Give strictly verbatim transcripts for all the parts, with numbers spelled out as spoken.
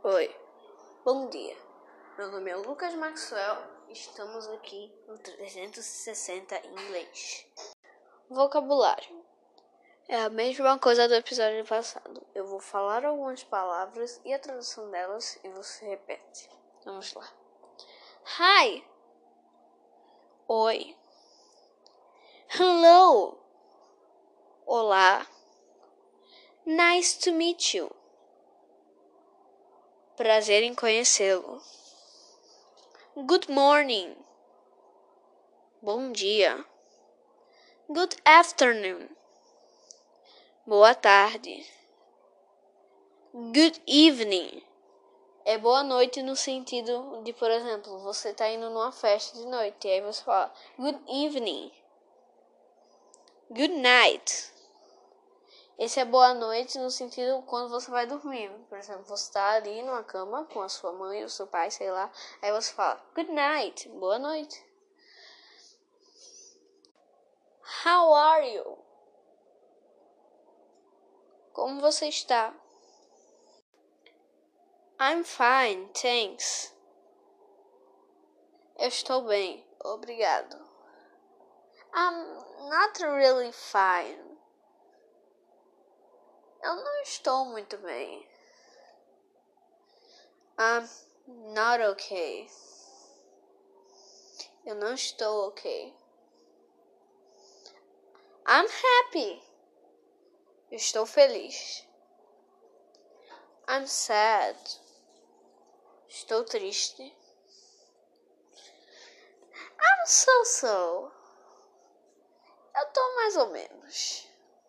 Oi, bom dia. Meu nome é Lucas Maxwell. Estamos aqui no trezentos e sessenta em inglês. Vocabulário. É a mesma coisa do episódio passado. Eu vou falar algumas palavras e a tradução delas e você repete. Vamos lá. Hi. Oi. Hello. Olá. Nice to meet you. Prazer em conhecê-lo. Good morning. Bom dia. Good afternoon. Boa tarde. Good evening. É boa noite no sentido de, por exemplo, você está indo numa festa de noite e aí você fala good evening. Good night. Esse é boa noite no sentido quando você vai dormir. Por exemplo, você está ali numa cama com a sua mãe ou seu pai, sei lá. Aí você fala, good night, boa noite. How are you? Como você está? I'm fine, thanks. Eu estou bem, obrigado. I'm not really fine. Eu não estou muito bem. I'm not okay. Eu não estou ok. I'm happy. Eu estou feliz. I'm sad. Estou triste. I'm so-so. Eu estou mais ou menos.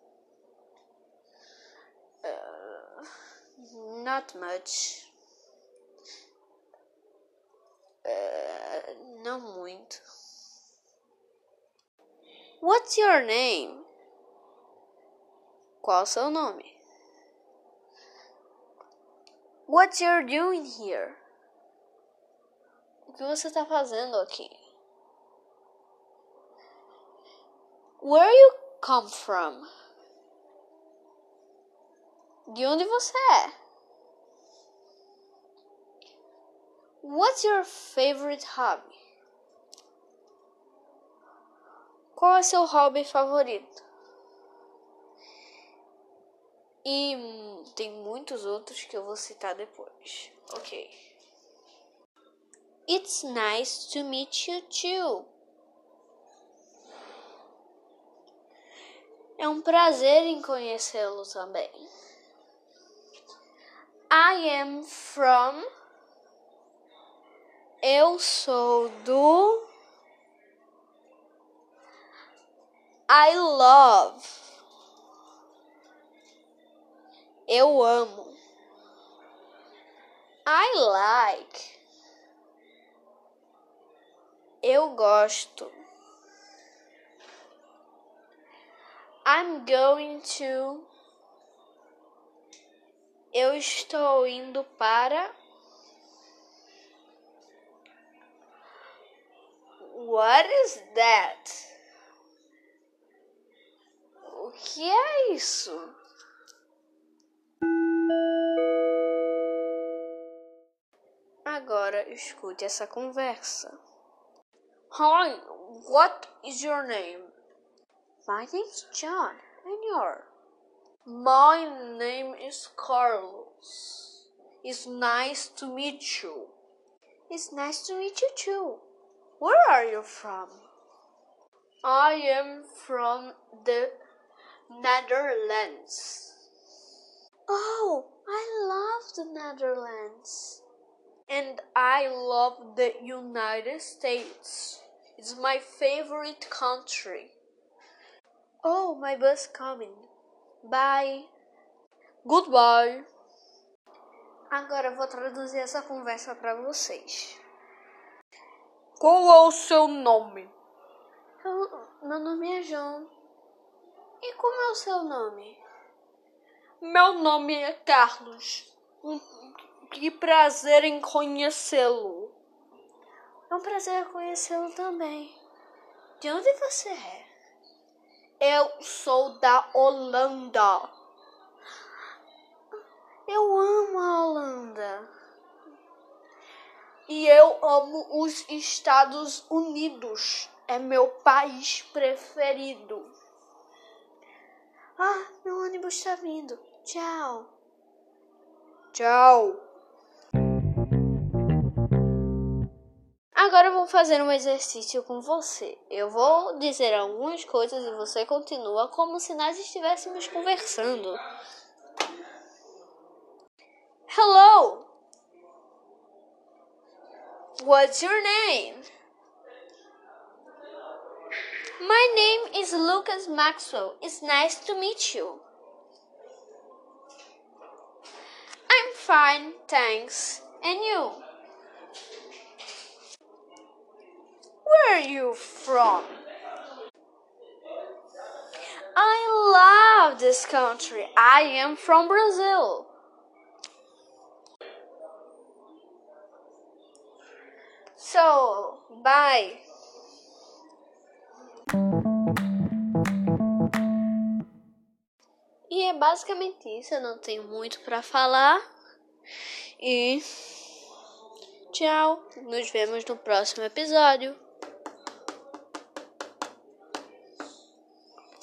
Uh, not much. Uh, não muito. What's your name? Qual o seu nome? What you're doing here? O que você está fazendo aqui? Where you come from? De onde você é? What's your favorite hobby? Qual é seu hobby favorito? E hum, tem muitos outros que eu vou citar depois. Ok. It's nice to meet you too. É um prazer em conhecê-lo também. I am from. Eu sou do. I love. Eu amo. I like. Eu gosto. I'm going to. Eu estou indo para. What is that? O que é isso? Agora escute essa conversa. Hi, what is your name? My name's John, and your? My name is Carlos. It's nice to meet you. It's nice to meet you too. Where are you from? I am from the Netherlands. Oh, I love the Netherlands. And I love the United States. It's my favorite country. Oh, my bus coming. Bye. Goodbye. Agora eu vou traduzir essa conversa para vocês. Qual é o seu nome? Eu, meu nome é João. E como é o seu nome? Meu nome é Carlos. Um, que prazer em conhecê-lo. É um prazer conhecê-lo também. De onde você é? Eu sou da Holanda. Eu amo a Holanda. Eu amo os Estados Unidos. É meu país preferido. Ah, meu ônibus está vindo. Tchau. Tchau. Agora eu vou fazer um exercício com você. Eu vou dizer algumas coisas e você continua como se nós estivéssemos conversando. Hello. What's your name? My name is Lucas Maxwell. It's nice to meet you. I'm fine, thanks. And you? Where are you from? I love this country. I am from Brazil. So, bye. E é basicamente isso. Eu não tenho muito para falar. E tchau. Nos vemos no próximo episódio.